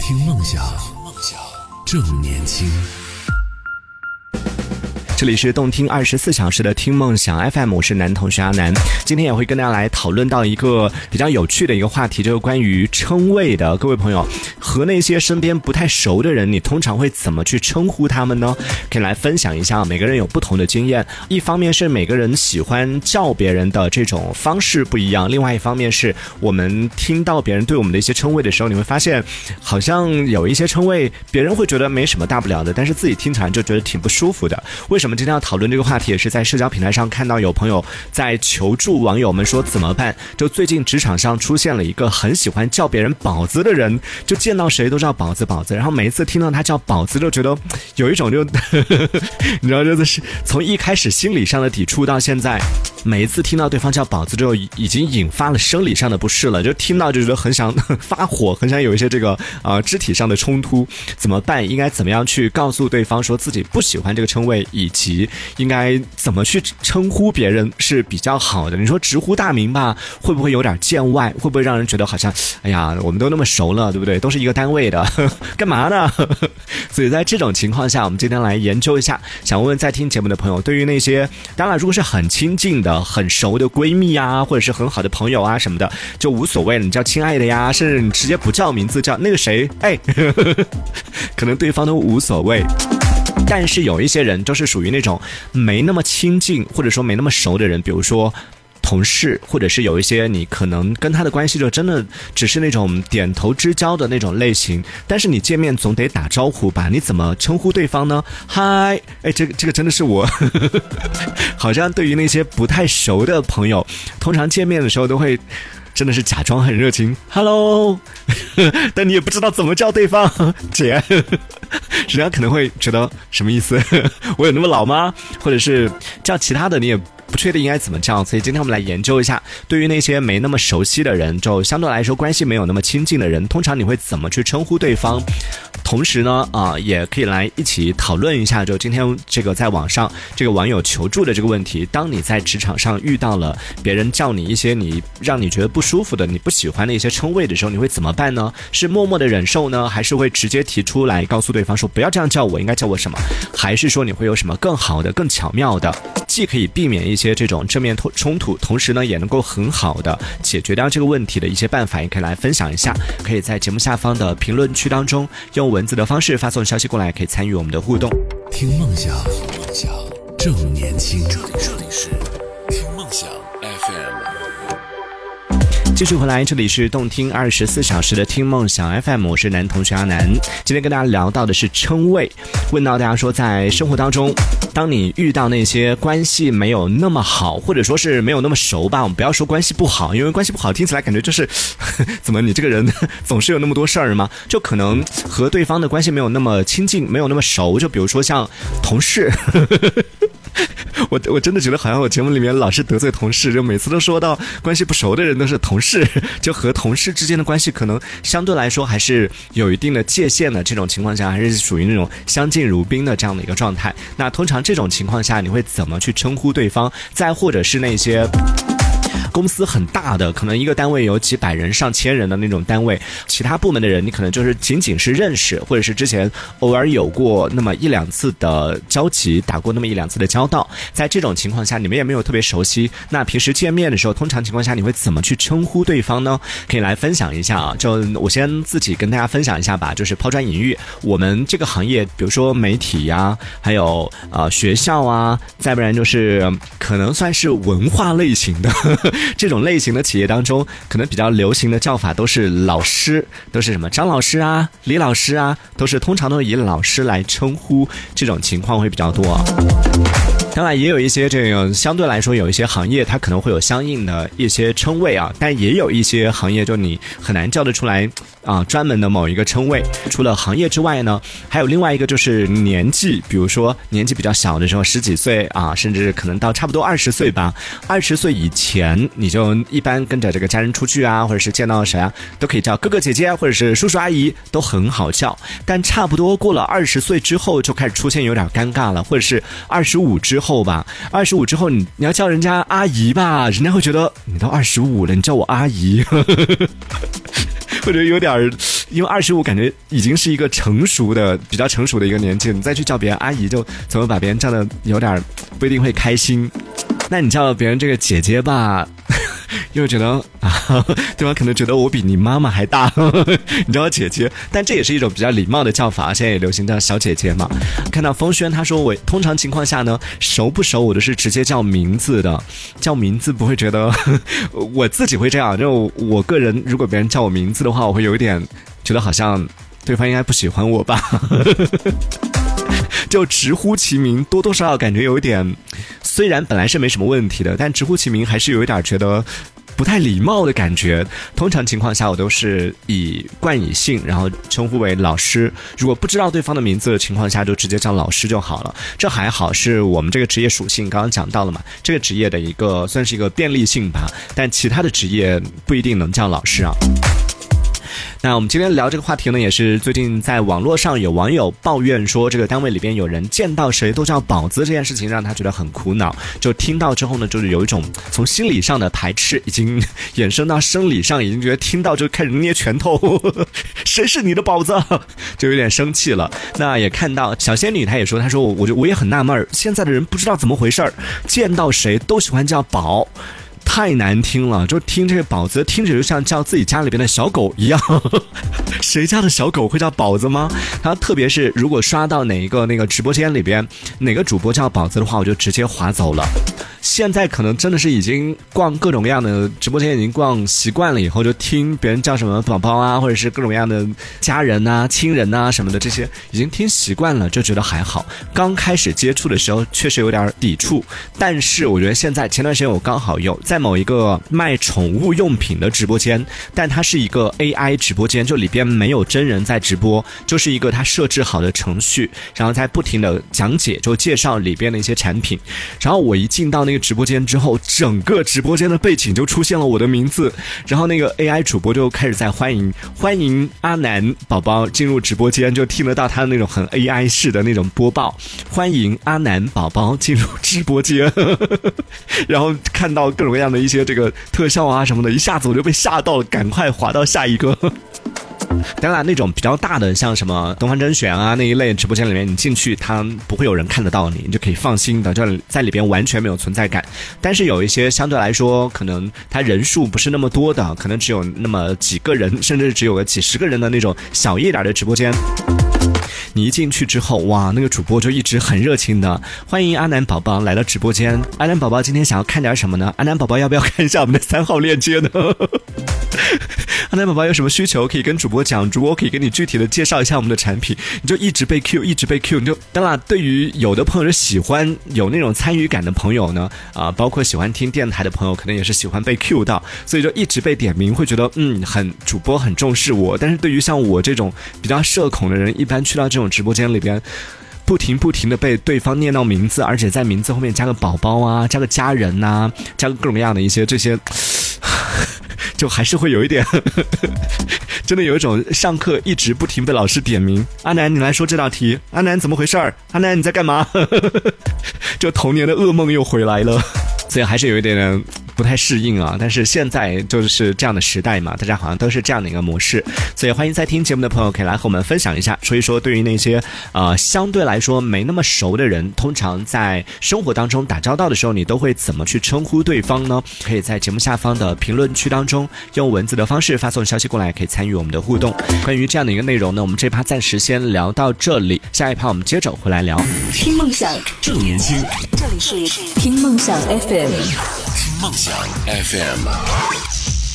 听梦想，正年轻。 这里是动听24小时的听梦想 FM， 我是男同学阿南。今天也会跟大家来讨论到一个比较有趣的一个话题，就是关于称谓的。各位朋友，和那些身边不太熟的人，你通常会怎么去称呼他们呢？可以来分享一下，每个人有不同的经验。一方面是每个人喜欢叫别人的这种方式不一样，另外一方面是我们听到别人对我们的一些称谓的时候，你会发现好像有一些称谓别人会觉得没什么大不了的，但是自己听起来就觉得挺不舒服的。为什么今天要讨论这个话题，也是在社交平台上看到有朋友在求助网友们说怎么办。就最近职场上出现了一个很喜欢叫别人宝子的人，就见到谁都叫宝子宝子，然后每一次听到他叫宝子就觉得有一种就你知道，就是从一开始心理上的抵触到现在每一次听到对方叫宝子之后已经引发了生理上的不适了，就听到就觉得很想发火，很想有一些这个肢体上的冲突。怎么办？应该怎么样去告诉对方说自己不喜欢这个称谓，以及应该怎么去称呼别人是比较好的？你说直呼大名吧，会不会有点见外？会不会让人觉得好像哎呀，我们都那么熟了，对不对？都是一个单位的，干嘛呢？所以在这种情况下，我们今天来研究一下，想问问在听节目的朋友，对于那些当然如果是很亲近的很熟的闺蜜啊，或者是很好的朋友啊什么的，就无所谓了，你叫亲爱的呀，甚至你直接不叫名字，叫那个谁，哎，可能对方都无所谓。但是有一些人就是属于那种没那么亲近或者说没那么熟的人，比如说同事，或者是有一些你可能跟他的关系就真的只是那种点头之交的那种类型，但是你见面总得打招呼吧？你怎么称呼对方呢？嗨，哎，这个真的是我好像对于那些不太熟的朋友，通常见面的时候都会真的是假装很热情 ，Hello， 但你也不知道怎么叫对方，姐，人家可能会觉得什么意思？我有那么老吗？或者是叫其他的你也不确定应该怎么叫，所以今天我们来研究一下，对于那些没那么熟悉的人，就相对来说关系没有那么亲近的人，通常你会怎么去称呼对方？同时呢，也可以来一起讨论一下，就今天这个在网上这个网友求助的这个问题。当你在职场上遇到了别人叫你一些让你觉得不舒服的、你不喜欢的一些称谓的时候，你会怎么办呢？是默默的忍受呢，还是会直接提出来告诉对方说不要这样叫我，应该叫我什么？还是说你会有什么更好的、更巧妙的，既可以避免一些这种正面冲突，同时呢也能够很好的解决掉这个问题的一些办法，也可以来分享一下。可以在节目下方的评论区当中用文字的方式发送消息过来，可以参与我们的互动。 听梦想，正年轻。这里是听梦想 FM。 继续回来，这里是动听24小时的听梦想 FM， 我是男同学阿南。今天跟大家聊到的是称谓，问到大家说，在生活当中，当你遇到那些关系没有那么好，或者说是没有那么熟吧，我们不要说关系不好，因为关系不好听起来感觉就是怎么你这个人总是有那么多事儿吗？就可能和对方的关系没有那么亲近，没有那么熟，就比如说像同事我真的觉得好像我节目里面老是得罪同事，就每次都说到关系不熟的人都是同事，就和同事之间的关系可能相对来说还是有一定的界限的，这种情况下还是属于那种相敬如宾的这样的一个状态。那通常这种情况下你会怎么去称呼对方？再或者是那些公司很大的，可能一个单位有几百人上千人的那种单位，其他部门的人你可能就是仅仅是认识，或者是之前偶尔有过那么一两次的交集，打过那么一两次的交道。在这种情况下你们也没有特别熟悉，那平时见面的时候通常情况下你会怎么去称呼对方呢？可以来分享一下啊。就我先自己跟大家分享一下吧，就是抛砖引玉。我们这个行业比如说媒体啊，还有学校啊，再不然就是可能算是文化类型的这种类型的企业当中，可能比较流行的叫法都是老师，都是什么张老师啊、李老师啊，通常都以老师来称呼，这种情况会比较多。当然也有一些这个相对来说有一些行业它可能会有相应的一些称谓啊，但也有一些行业就你很难叫得出来专门的某一个称谓。除了行业之外呢，还有另外一个就是年纪，比如说年纪比较小的时候10几岁啊，甚至可能到差不多20岁吧，20岁以前你就一般跟着这个家人出去啊，或者是见到谁啊都可以叫哥哥姐姐或者是叔叔阿姨，都很好叫。但差不多过了20岁之后就开始出现有点尴尬了，或者是25之后吧，25之后你要叫人家阿姨吧，人家会觉得你都25了，你叫我阿姨我觉得有点，因为25感觉已经是一个比较成熟的一个年纪，你再去叫别人阿姨，就总会把别人叫的有点不一定会开心。那你叫别人这个姐姐吧，又觉得啊，对方可能觉得我比你妈妈还大，你知道姐姐，但这也是一种比较礼貌的叫法，现在也流行叫小姐姐嘛。看到风轩他说我通常情况下呢，熟不熟我都是直接叫名字的，叫名字不会觉得我自己会这样，就我个人如果别人叫我名字的话，我会有一点觉得好像对方应该不喜欢我吧。就直呼其名，多多少少感觉有一点，虽然本来是没什么问题的，但直呼其名还是有一点觉得不太礼貌的感觉。通常情况下我都是以冠以姓，然后称呼为老师，如果不知道对方的名字的情况下就直接叫老师就好了。这还好是我们这个职业属性刚刚讲到了嘛，这个职业的一个算是一个便利性吧，但其他的职业不一定能叫老师啊。那我们今天聊这个话题呢，也是最近在网络上有网友抱怨说，这个单位里边有人见到谁都叫宝子，这件事情让他觉得很苦恼。就听到之后呢，就是有一种从心理上的排斥，已经衍生到生理上，已经觉得听到就开始捏拳头，谁是你的宝子，就有点生气了。那也看到小仙女，她也说，她说我也很纳闷，现在的人不知道怎么回事，见到谁都喜欢叫宝。太难听了，就听这个宝子听着就像叫自己家里边的小狗一样。谁家的小狗会叫宝子吗？然后特别是如果刷到哪一个那个直播间里边哪个主播叫宝子的话，我就直接划走了。现在可能真的是已经逛各种各样的直播间已经逛习惯了，以后就听别人叫什么宝宝啊，或者是各种各样的家人啊亲人啊什么的，这些已经听习惯了，就觉得还好。刚开始接触的时候确实有点抵触，但是我觉得现在前段时间我刚好有在某一个卖宠物用品的直播间，但它是一个 AI 直播间，就里边没有真人在直播，就是一个它设置好的程序，然后在不停的讲解，就介绍里边的一些产品。然后我一进到那个直播间之后，整个直播间的背景就出现了我的名字，然后那个 AI 主播就开始在欢迎阿南宝宝进入直播间，就听得到他的那种很 AI 式的那种播报，欢迎阿南宝宝进入直播间。然后看到各种各样的一些这个特效啊什么的，一下子我就被吓到了，赶快滑到下一个。当然那种比较大的像什么东方甄选啊那一类直播间里面，你进去他不会有人看得到你，你就可以放心的就在里边完全没有存在感。但是有一些相对来说可能他人数不是那么多的，可能只有那么几个人，甚至只有个几十个人的那种小一点的直播间，你一进去之后，哇，那个主播就一直很热情的欢迎阿南宝宝来到直播间。阿南宝宝今天想要看点什么呢？阿南宝宝要不要看一下我们的3号链接呢？阿南宝宝有什么需求可以跟主播讲，主播可以给你具体的介绍一下我们的产品，你就一直被 Q 一直被 Q。 你就当然对于有的朋友是喜欢有那种参与感的朋友呢，包括喜欢听电台的朋友可能也是喜欢被 Q 到，所以就一直被点名，会觉得主播很重视我。但是对于像我这种比较社恐的人，一般去到这种直播间里边不停的被对方念到名字，而且在名字后面加个宝宝啊，加个家人啊，加个各种各样的一些这些，就还是会有一点真的有一种上课一直不停被老师点名，阿南你来说这道题，阿南怎么回事儿，阿南你在干嘛？就童年的噩梦又回来了，所以还是有一点不太适应啊。但是现在就是这样的时代嘛，大家好像都是这样的一个模式，所以欢迎在听节目的朋友可以来和我们分享一下，说一说对于那些相对来说没那么熟的人，通常在生活当中打交道的时候，你都会怎么去称呼对方呢？可以在节目下方的评论区当中用文字的方式发送消息过来，可以参与我们的互动。关于这样的一个内容呢，我们这一趴暂时先聊到这里，下一趴我们接着回来聊。 听梦想正年轻， 这里是听梦想 FM。 听梦想 FM。